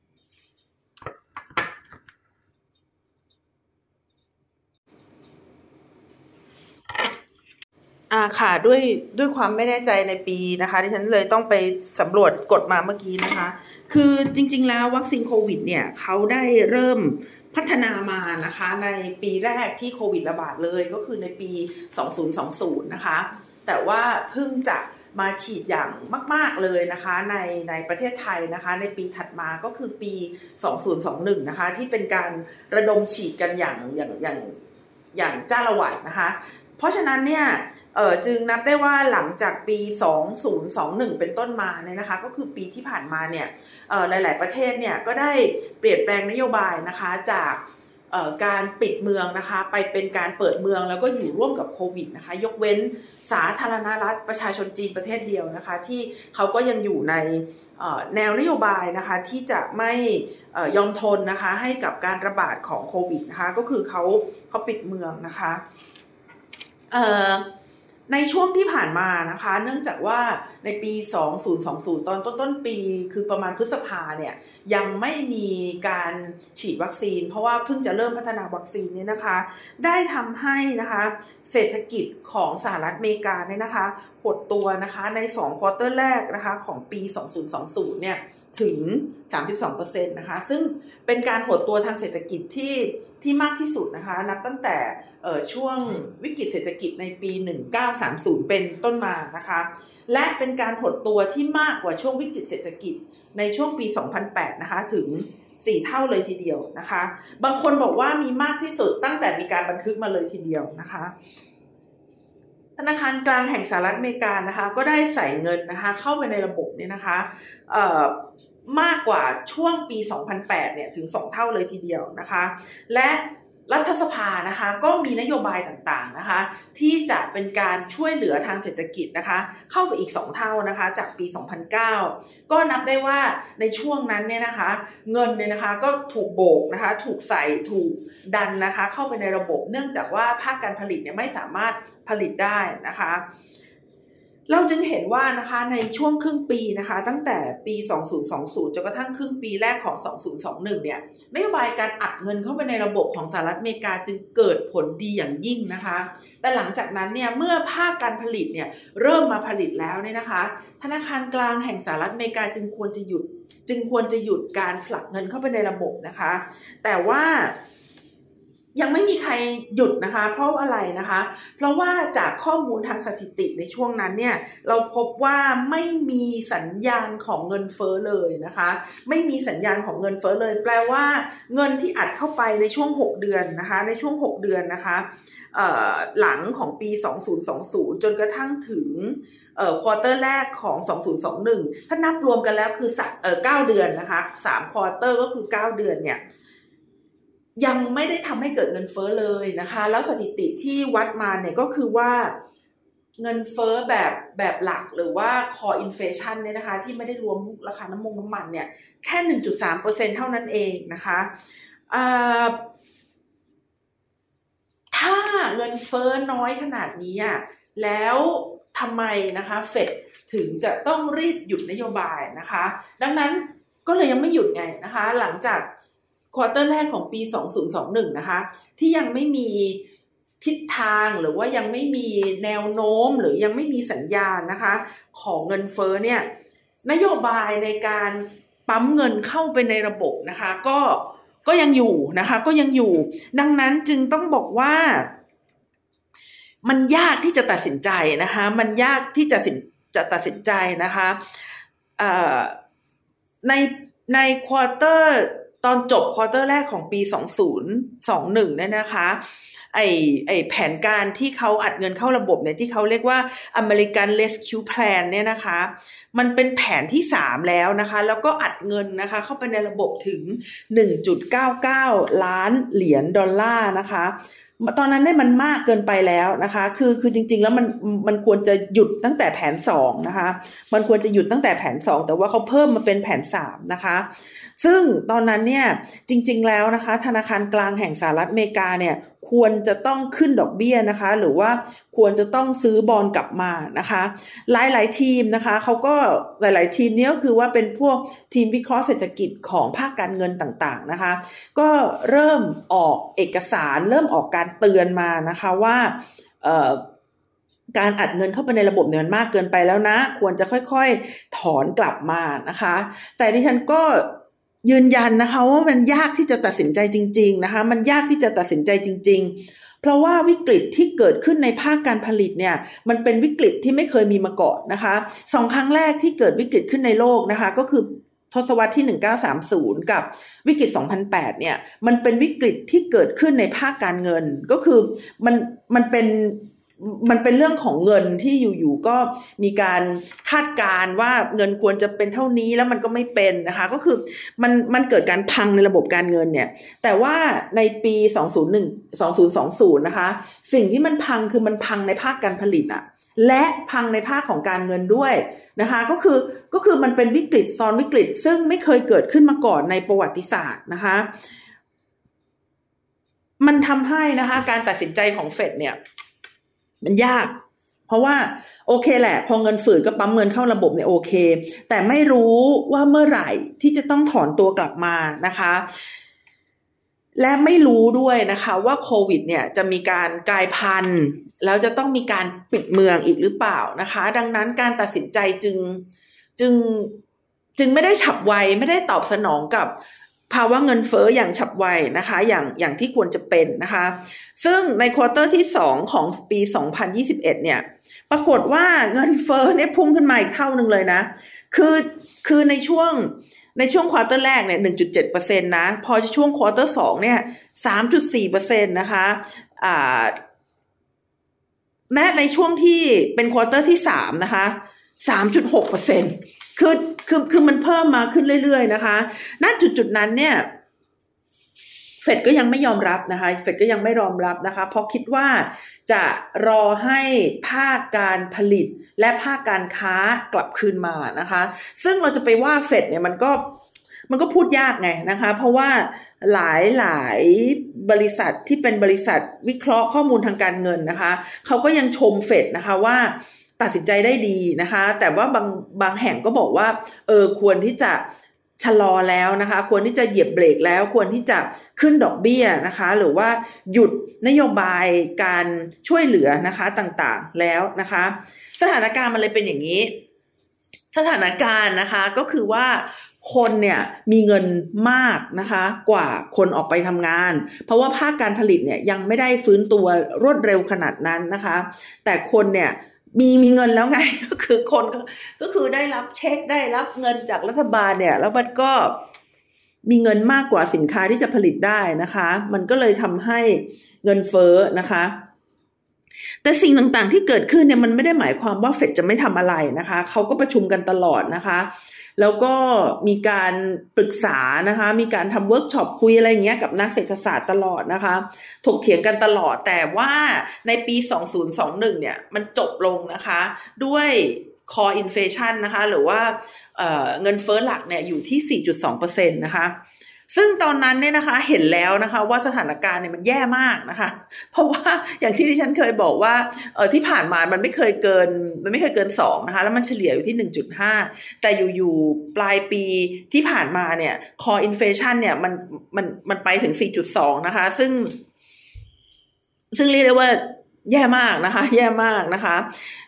[SPEAKER 1] ค่ะด้วยความไม่แน่ใจในปีนะคะดิฉันเลยต้องไปสำรวจกฎมาเมื่อกี้นะคะคือจริงๆแล้ววัคซีนโควิดเนี่ยเขาได้เริ่มพัฒนามานะคะในปีแรกที่โควิดระบาดเลยก็คือในปี2020นะคะแต่ว่าเพิ่งจะมาฉีดอย่างมากๆเลยนะคะในประเทศไทยนะคะในปีถัดมาก็คือปี2021นะคะที่เป็นการระดมฉีดกันอย่างจ้าละวันนะคะเพราะฉะนั้นเนี่ยจึงนับได้ว่าหลังจากปี2021เป็นต้นมาเนี่ยนะคะก็คือปีที่ผ่านมาเนี่ยหลายๆประเทศเนี่ยก็ได้เปลี่ยนแปลงนโยบายนะคะจากการปิดเมืองนะคะไปเป็นการเปิดเมืองแล้วก็อยู่ร่วมกับโควิดนะคะยกเว้นสาธารณรัฐประชาชนจีนประเทศเดียวนะคะที่เขาก็ยังอยู่ในแนวนโยบายนะคะที่จะไม่ยอมทนนะคะให้กับการระบาดของโควิดนะคะก็คือเขาปิดเมืองนะคะในช่วงที่ผ่านมานะคะเนื่องจากว่าในปี2020ตอนต้นปีคือประมาณพฤษภาเนี่ยยังไม่มีการฉีดวัคซีนเพราะว่าเพิ่งจะเริ่มพัฒนาวัคซีนเนี่ยนะคะได้ทำให้นะคะเศรษฐกิจของสหรัฐอเมริกาเนี่ยนะคะหดตัวนะคะใน2ควอเตอร์แรกนะคะของปี2020เนี่ยถึง 32% นะคะซึ่งเป็นการหดตัวทางเศรษฐกิจที่มากที่สุดนะคะนับตั้งแต่ช่วงวิกฤตเศรษฐกิจในปี1930เป็นต้นมานะคะและเป็นการหดตัวที่มากกว่าช่วงวิกฤตเศรษฐกิจในช่วงปี2008นะคะถึง4 เท่าเลยทีเดียวนะคะบางคนบอกว่ามีมากที่สุดตั้งแต่มีการบันทึกมาเลยทีเดียวนะคะธนาคารกลางแห่งสหรัฐอเมริกานะคะก็ได้ใส่เงินนะคะเข้าไปในระบบเนี่ยนะคะมากกว่าช่วงปี2008เนี่ยถึง2 เท่าเลยทีเดียวนะคะและรัฐสภานะคะก็มีนโยบายต่างๆนะคะที่จะเป็นการช่วยเหลือทางเศรษฐกิจนะคะเข้าไปอีก2 เท่านะคะจากปี2009ก็นับได้ว่าในช่วงนั้นเนี่ยนะคะเงินเนี่ยนะคะก็ถูกโบกนะคะถูกดันนะคะเข้าไปในระบบเนื่องจากว่าภาคการผลิตเนี่ยไม่สามารถผลิตได้นะคะเราจึงเห็นว่านะคะในช่วงครึ่งปีนะคะตั้งแต่ปี2020จนกระทั่งครึ่งปีแรกของ2021เนี่ยนโยบายการอัดเงินเข้าไปในระบบของสหรัฐอเมริกาจึงเกิดผลดีอย่างยิ่งนะคะแต่หลังจากนั้นเนี่ยเมื่อภาคการผลิตเนี่ยเริ่มมาผลิตแล้วเนี่ยนะคะธนาคารกลางแห่งสหรัฐอเมริกาจึงควรจะหยุดการผลักเงินเข้าไปในระบบนะคะแต่ว่ายังไม่มีใครหยุดนะคะเพราะอะไรนะคะเพราะว่าจากข้อมูลทางสถิติในช่วงนั้นเนี่ยเราพบว่าไม่มีสัญญาณของเงินเฟ้อเลยนะคะไม่มีสัญญาณของเงินเฟ้อเลยแปลว่าเงินที่อัดเข้าไปในช่วง6 เดือนนะคะในช่วง6 เดือนนะคะหลังของปี2020จนกระทั่งถึงควอเตอร์แรกของ2021ถ้านับรวมกันแล้วคือ9 เดือนนะคะ3ควอเตอร์ก็คือ9 เดือนเนี่ยยังไม่ได้ทำให้เกิดเงินเฟ้อเลยนะคะแล้วสถิติที่วัดมาเนี่ยก็คือว่าเงินเฟ้อแบบหลักหรือว่า core inflation เนี่ยนะคะที่ไม่ได้รวมราคาน้ำมันเนี่ยแค่ 1.3% เท่านั้นเองนะคะถ้าเงินเฟ้อน้อยขนาดนี้แล้วทำไมนะคะเฟดถึงจะต้องรีบหยุดนโยบายนะคะดังนั้นก็เลยยังไม่หยุดไงนะคะหลังจากควอเตอร์แรกของปี2021นะคะที่ยังไม่มีทิศทางหรือว่ายังไม่มีแนวโน้มหรือยังไม่มีสัญญาณนะคะของเงินเฟ้อเนี่ยนโยบายในการปั๊มเงินเข้าไปในระบบนะคะก็ยังอยู่นะคะก็ยังอยู่ดังนั้นจึงต้องบอกว่ามันยากที่จะตัดสินใจนะคะมันยากที่จะตัดสินใจนะคะในควอเตอร์ตอนจบควอเตอร์แรกของปี2021เนี่ยนะคะไอแผนการที่เขาอัดเงินเข้าระบบเนี่ยที่เขาเรียกว่า American Rescue Plan เนี่ยนะคะมันเป็นแผนที่3แล้วนะคะแล้วก็อัดเงินนะคะเข้าไปในระบบถึง 1.99 ล้านเหรียญดอลลาร์นะคะตอนนั้นเนี่ยมันมากเกินไปแล้วนะคะคือจริงๆแล้วมันควรจะหยุดตั้งแต่แผน2นะคะมันควรจะหยุดตั้งแต่แผน2แต่ว่าเขาเพิ่มมาเป็นแผน3นะคะซึ่งตอนนั้นเนี่ยจริงๆแล้วนะคะธนาคารกลางแห่งสหรัฐอเมริกาเนี่ยควรจะต้องขึ้นดอกเบี้ยนะคะหรือว่าควรจะต้องซื้อบอนด์กลับมานะคะหลายๆทีมนะคะเขาก็หลายๆทีมนี้ก็คือว่าเป็นพวกทีมวิเคราะห์เศรษฐกิจของภาคการเงินต่างๆนะคะก็เริ่มออกเอกสารเริ่มออกการเตือนมานะคะว่าการอัดเงินเข้าไปในระบบเนี่ยมันมากเกินไปแล้วนะควรจะค่อยๆถอนกลับมานะคะแต่ดิฉันก็ยืนยันนะคะว่ามันยากที่จะตัดสินใจจริงๆนะคะมันยากที่จะตัดสินใจจริงๆเพราะว่าวิกฤตที่เกิดขึ้นในภาคการผลิตเนี่ยมันเป็นวิกฤตที่ไม่เคยมีมาก่อนนะคะ2ครั้งแรกที่เกิดวิกฤตขึ้นในโลกนะคะก็คือทศวรรษที่1930กับวิกฤต2008เนี่ยมันเป็นวิกฤตที่เกิดขึ้นในภาคการเงินก็คือมันเป็นเรื่องของเงินที่อยู่ๆก็มีการคาดการณ์ว่าเงินควรจะเป็นเท่านี้แล้วมันก็ไม่เป็นนะคะก็คือมันเกิดการพังในระบบการเงินเนี่ยแต่ว่าในปี2020นะคะสิ่งที่มันพังคือมันพังในภาคการผลิตอะและพังในภาคของการเงินด้วยนะคะก็คือมันเป็นวิกฤตซ้อนวิกฤตซึ่งไม่เคยเกิดขึ้นมาก่อนในประวัติศาสตร์นะคะมันทำให้นะคะการตัดสินใจของเฟดเนี่ยมันยากเพราะว่าโอเคแหละพอเงินฝืดก็ปั๊มเงินเข้าระบบเนี่ยโอเคแต่ไม่รู้ว่าเมื่อไหร่ที่จะต้องถอนตัวกลับมานะคะและไม่รู้ด้วยนะคะว่าโควิดเนี่ยจะมีการกลายพันธุ์แล้วจะต้องมีการปิดเมืองอีกหรือเปล่านะคะดังนั้นการตัดสินใจจึงไม่ได้ฉับไวไม่ได้ตอบสนองกับภาวะเงินเฟ้ออย่างฉับไวนะคะอย่างที่ควรจะเป็นนะคะซึ่งในควอเตอร์ที่2ของปี2021เนี่ยปรากฏว่าเงินเฟ้อเนี่ยพุ่งขึ้นมาอีกเท่านึงเลยนะคือในช่วงควอเตอร์แรกเนี่ย 1.7% นะพอช่วงควอเตอร์2เนี่ย 3.4% นะคะและในช่วงที่เป็นควอเตอร์ที่3นะคะ 3.6% คือมันเพิ่มมาขึ้นเรื่อยๆนะคะณจุดนั้นเนี่ยเฟดก็ยังไม่ยอมรับนะคะเฟดก็ยังไม่ยอมรับนะคะเพราะคิดว่าจะรอให้ภาคการผลิตและภาคการค้ากลับคืนมานะคะซึ่งเราจะไปว่าเฟดเนี่ยมันก็พูดยากไงนะคะเพราะว่าหลายบริษัทที่เป็นบริษัทวิเคราะห์ข้อมูลทางการเงินนะคะเขาก็ยังชมเฟดนะคะว่าตัดสินใจได้ดีนะคะแต่ว่าบางแห่งก็บอกว่าควรที่จะชะลอแล้วนะคะควรที่จะเหยียบเบรกแล้วควรที่จะขึ้นดอกเบี้ยนะคะหรือว่าหยุดนโยบายการช่วยเหลือนะคะต่างๆแล้วนะคะสถานการณ์มันเลยเป็นอย่างนี้สถานการณ์นะคะก็คือว่าคนเนี่ยมีเงินมากนะคะกว่าคนออกไปทำงานเพราะว่าภาคการผลิตเนี่ยยังไม่ได้ฟื้นตัวรวดเร็วขนาดนั้นนะคะแต่คนเนี่ยมีเงินแล้วไงก็คือคนก็คือได้รับเช็คได้รับเงินจากรัฐบาลเนี่ยแล้วมันก็มีเงินมากกว่าสินค้าที่จะผลิตได้นะคะมันก็เลยทำให้เงินเฟ้อนะคะแต่สิ่งต่างๆที่เกิดขึ้นเนี่ยมันไม่ได้หมายความว่าเฟดจะไม่ทำอะไรนะคะเขาก็ประชุมกันตลอดนะคะแล้วก็มีการปรึกษานะคะมีการทำเวิร์กช็อปคุยอะไรอย่างเงี้ยกับนักเศรษฐศาสตร์ตลอดนะคะถกเถียงกันตลอดแต่ว่าในปี2021เนี่ยมันจบลงนะคะด้วย core inflation นะคะหรือว่าเงินเฟ้อหลักเนี่ยอยู่ที่ 4.2% นะคะซึ่งตอนนั้นเนี่ยนะคะเห็นแล้วนะคะว่าสถานการณ์เนี่ยมันแย่มากนะคะเพราะว่าอย่างที่ดิฉันเคยบอกว่าที่ผ่านมามันไม่เคยเกิน2นะคะแล้วมันเฉลี่ยอยู่ที่ 1.5 แต่อยู่ๆปลายปีที่ผ่านมาเนี่ย core inflation เนี่ยมันไปถึง 4.2 นะคะซึ่งเรียกได้ว่าแย่มากนะคะแย่มากนะคะ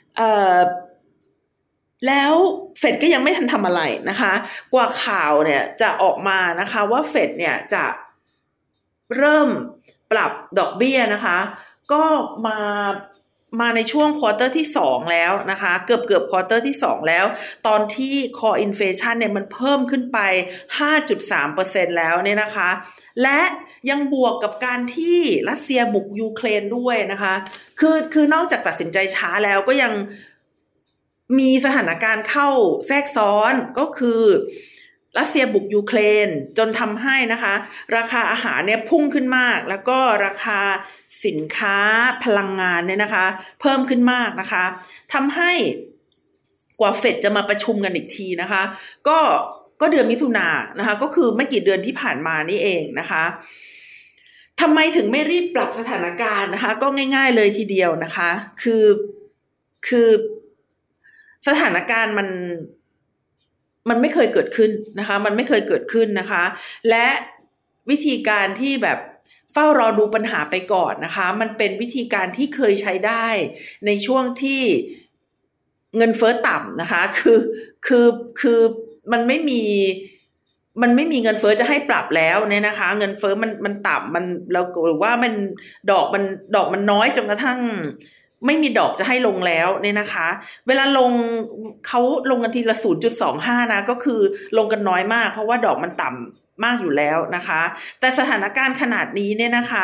[SPEAKER 1] แล้วเฟดก็ยังไม่ทันทำอะไรนะคะกว่าข่าวเนี่ยจะออกมานะคะว่าเฟดเนี่ยจะเริ่มปรับดอกเบี้ยนะคะก็มามาในช่วงควอเตอร์ที่2แล้วนะคะเกือบควอเตอร์ที่2แล้วตอนที่ core inflation เนี่ยมันเพิ่มขึ้นไป 5.3% แล้วเนี่ยนะคะและยังบวกกับการที่รัสเซียบุกยูเครนด้วยนะคะคือนอกจากตัดสินใจช้าแล้วก็ยังมีสถานการณ์เข้าแทรกซ้อนก็คือรัสเซียบุกยูเครนจนทำให้นะคะราคาอาหารเนี่ยพุ่งขึ้นมากแล้วก็ราคาสินค้าพลังงานเนี่ยนะคะเพิ่มขึ้นมากนะคะทำให้กว่าเฟดจะมาประชุมกันอีกทีนะคะก็เดือนมิถุนายนนะคะก็คือไม่กี่เดือนที่ผ่านมานี่เองนะคะทำไมถึงไม่รีบปรับสถานการณ์นะคะก็ง่ายๆเลยทีเดียวนะคะคือสถานการณ์มันไม่เคยเกิดขึ้นนะคะมันไม่เคยเกิดขึ้นนะคะและวิธีการที่แบบเฝ้ารอดูปัญหาไปก่อนนะคะมันเป็นวิธีการที่เคยใช้ได้ในช่วงที่เงินเฟ้อต่ำนะคะคือมันไม่มีเงินเฟ้อจะให้ปรับแล้วเนี่ยนะคะเงินเฟ้อมันต่ำมันแล้วหรือว่ามันดอกมันน้อยจนกระทั่งไม่มีดอกจะให้ลงแล้วเนี่ยนะคะเวลาลงเขาลงกันทีละ 0.25 นะก็คือลงกันน้อยมากเพราะว่าดอกมันต่ำมากอยู่แล้วนะคะแต่สถานการณ์ขนาดนี้เนี่ยนะคะ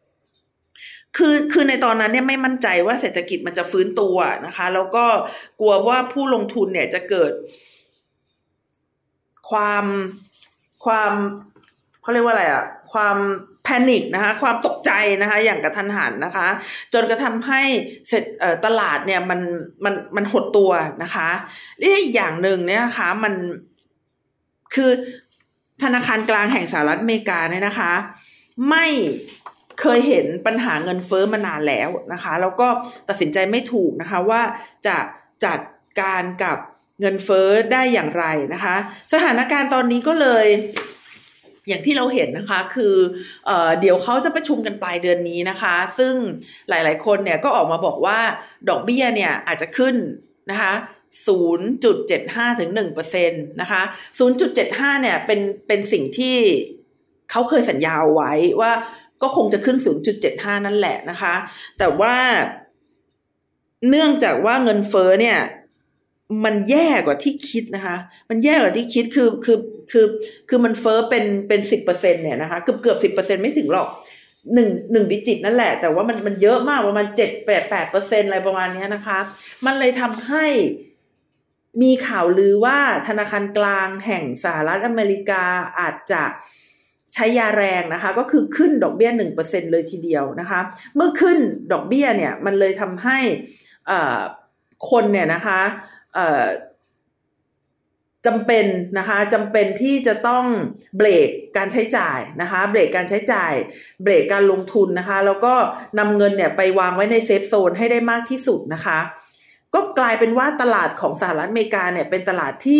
[SPEAKER 1] คือในตอนนั้นเนี่ยไม่มั่นใจว่าเศรษฐกิจมันจะฟื้นตัวนะคะแล้วก็กลัวว่าผู้ลงทุนเนี่ยจะเกิดความเขาเรียกว่าอะไรอ่ะความแพนิคนะคะความตกใจนะคะอย่างกระทันหันนะคะจนกระทำให้ตลาดเนี่ยมันหดตัวนะคะและอีกอย่างหนึ่งเนี่ยนะคะมันคือธนาคารกลางแห่งสหรัฐอเมริกาเนี่ยนะคะไม่เคยเห็นปัญหาเงินเฟ้อมานานแล้วนะคะแล้วก็ตัดสินใจไม่ถูกนะคะว่าจะจัดการกับเงินเฟ้อได้อย่างไรนะคะสถานการณ์ตอนนี้ก็เลยอย่างที่เราเห็นนะคะคือเดี๋ยวเขาจะประชุมกันปลายเดือนนี้นะคะซึ่งหลายๆคนเนี่ยก็ออกมาบอกว่าดอกเบี้ยเนี่ยอาจจะขึ้นนะคะ 0.75 ถึง 1% นะคะ 0.75 เนี่ยเป็นสิ่งที่เขาเคยสัญญาเอาไว้ว่าก็คงจะขึ้น 0.75 นั่นแหละนะคะแต่ว่าเนื่องจากว่าเงินเฟ้อเนี่ยมันแย่กว่าที่คิดนะคะมันแย่กว่าที่คิดคือมันเฟ้อเป็น 10% เนี่ยนะคะเกือบ 10% ไม่ถึงหรอก1ดิจิตนั่นแหละแต่ว่ามันเยอะมากประมาณ 7-8% อะไรประมาณนี้นะคะมันเลยทำให้มีข่าวลือว่าธนาคารกลางแห่งสหรัฐอเมริกาอาจจะใช้ยาแรงนะคะก็คือขึ้นดอกเบี้ย 1% เลยทีเดียวนะคะเมื่อขึ้นดอกเบี้ยเนี่ยมันเลยทำให้คนเนี่ยนะคะจำเป็นที่จะต้องเบรกการใช้จ่ายนะคะเบรกการใช้จ่ายเบรกการลงทุนนะคะแล้วก็นำเงินเนี่ยไปวางไว้ในเซฟโซนให้ได้มากที่สุดนะคะก็กลายเป็นว่าตลาดของสหรัฐอเมริกาเนี่ยเป็นตลาดที่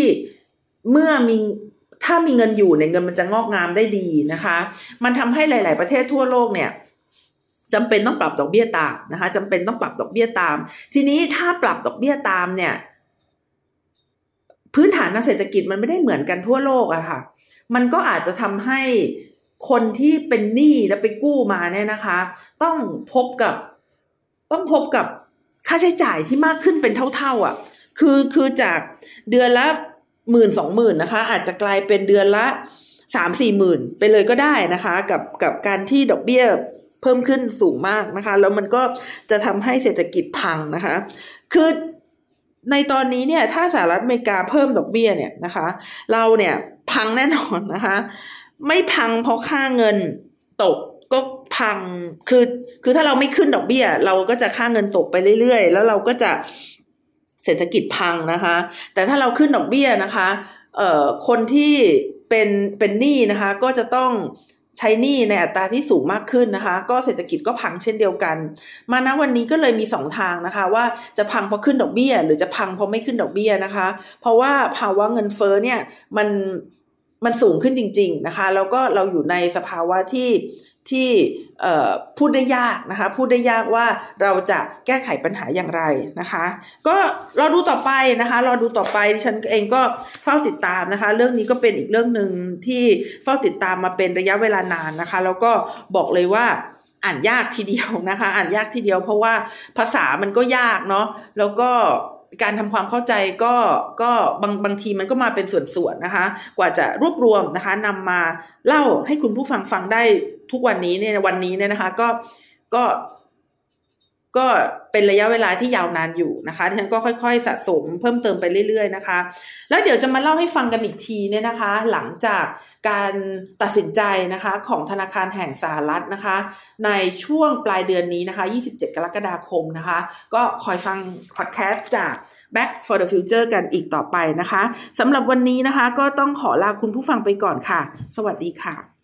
[SPEAKER 1] ถ้ามีเงินอยู่เนี่ยเงินมันจะงอกงามได้ดีนะคะมันทำให้หลายๆประเทศทั่วโลกเนี่ยจำเป็นต้องปรับดอกเบี้ยตามนะคะจำเป็นต้องปรับดอกเบี้ยตามทีนี้ถ้าปรับดอกเบี้ยตามเนี่ยพื้นฐานทางเศรษฐกิจมันไม่ได้เหมือนกันทั่วโลกอะค่ะมันก็อาจจะทำให้คนที่เป็นหนี้แล้วไปกู้มาเนี่ยนะคะต้องพบกับค่าใช้จ่ายที่มากขึ้นเป็นเท่าๆอ่ะคือจากเดือนละ 10,000-20,000 นะคะอาจจะกลายเป็นเดือนละ 3-4 หมื่นไปเลยก็ได้นะคะกับการที่ดอกเบี้ยเพิ่มขึ้นสูงมากนะคะแล้วมันก็จะทำให้เศรษฐกิจพังนะคะคือในตอนนี้เนี่ยถ้าสหรัฐอเมริกาเพิ่มดอกเบี้ยเนี่ยนะคะเราเนี่ยพังแน่นอนนะคะไม่พังเพราะค่าเงินตกก็พังคือถ้าเราไม่ขึ้นดอกเบี้ยเราก็จะค่าเงินตกไปเรื่อยๆแล้วเราก็จะเศรษฐกิจพังนะคะแต่ถ้าเราขึ้นดอกเบี้ยนะคะคนที่เป็นหนี้นะคะก็จะต้องใช้หนี้ในอัตราที่สูงมากขึ้นนะคะก็เศรษฐกิจก็พังเช่นเดียวกันมาณวันนี้ก็เลยมี2ทางนะคะว่าจะพังเพราะขึ้นดอกเบี้ยหรือจะพังเพราะไม่ขึ้นดอกเบี้ยนะคะเพราะว่าภาวะเงินเฟ้อเนี่ยมันสูงขึ้นจริงๆนะคะแล้วก็เราอยู่ในสภาวะที่พูดได้ยากนะคะพูดได้ยากว่าเราจะแก้ไขปัญหาอย่างไรนะคะก็รอดูต่อไปนะคะรอดูต่อไปดิฉันเองก็เฝ้าติดตามนะคะเรื่องนี้ก็เป็นอีกเรื่องนึงที่เฝ้าติดตามมาเป็นระยะเวลานานนะคะแล้วก็บอกเลยว่าอ่านยากทีเดียวนะคะอ่านยากทีเดียวเพราะว่าภาษามันก็ยากเนาะแล้วก็การทำความเข้าใจก็บางทีมันก็มาเป็นส่วนๆนะคะกว่าจะรวบรวมนะคะนำมาเล่าให้คุณผู้ฟังฟังได้ทุกวันนี้เนี่ยนะคะก็เป็นระยะเวลาที่ยาวนานอยู่นะคะดิฉันก็ค่อยๆสะสมเพิ่มเติมไปเรื่อยๆนะคะแล้วเดี๋ยวจะมาเล่าให้ฟังกันอีกทีเนี่ยนะคะหลังจากการตัดสินใจนะคะของธนาคารแห่งสหรัฐนะคะในช่วงปลายเดือนนี้นะคะ27กรกฎาคมนะคะก็คอยฟังพอดแคสต์จาก Back for the Future กันอีกต่อไปนะคะสำหรับวันนี้นะคะก็ต้องขอลาคุณผู้ฟังไปก่อนค่ะสวัสดีค่ะ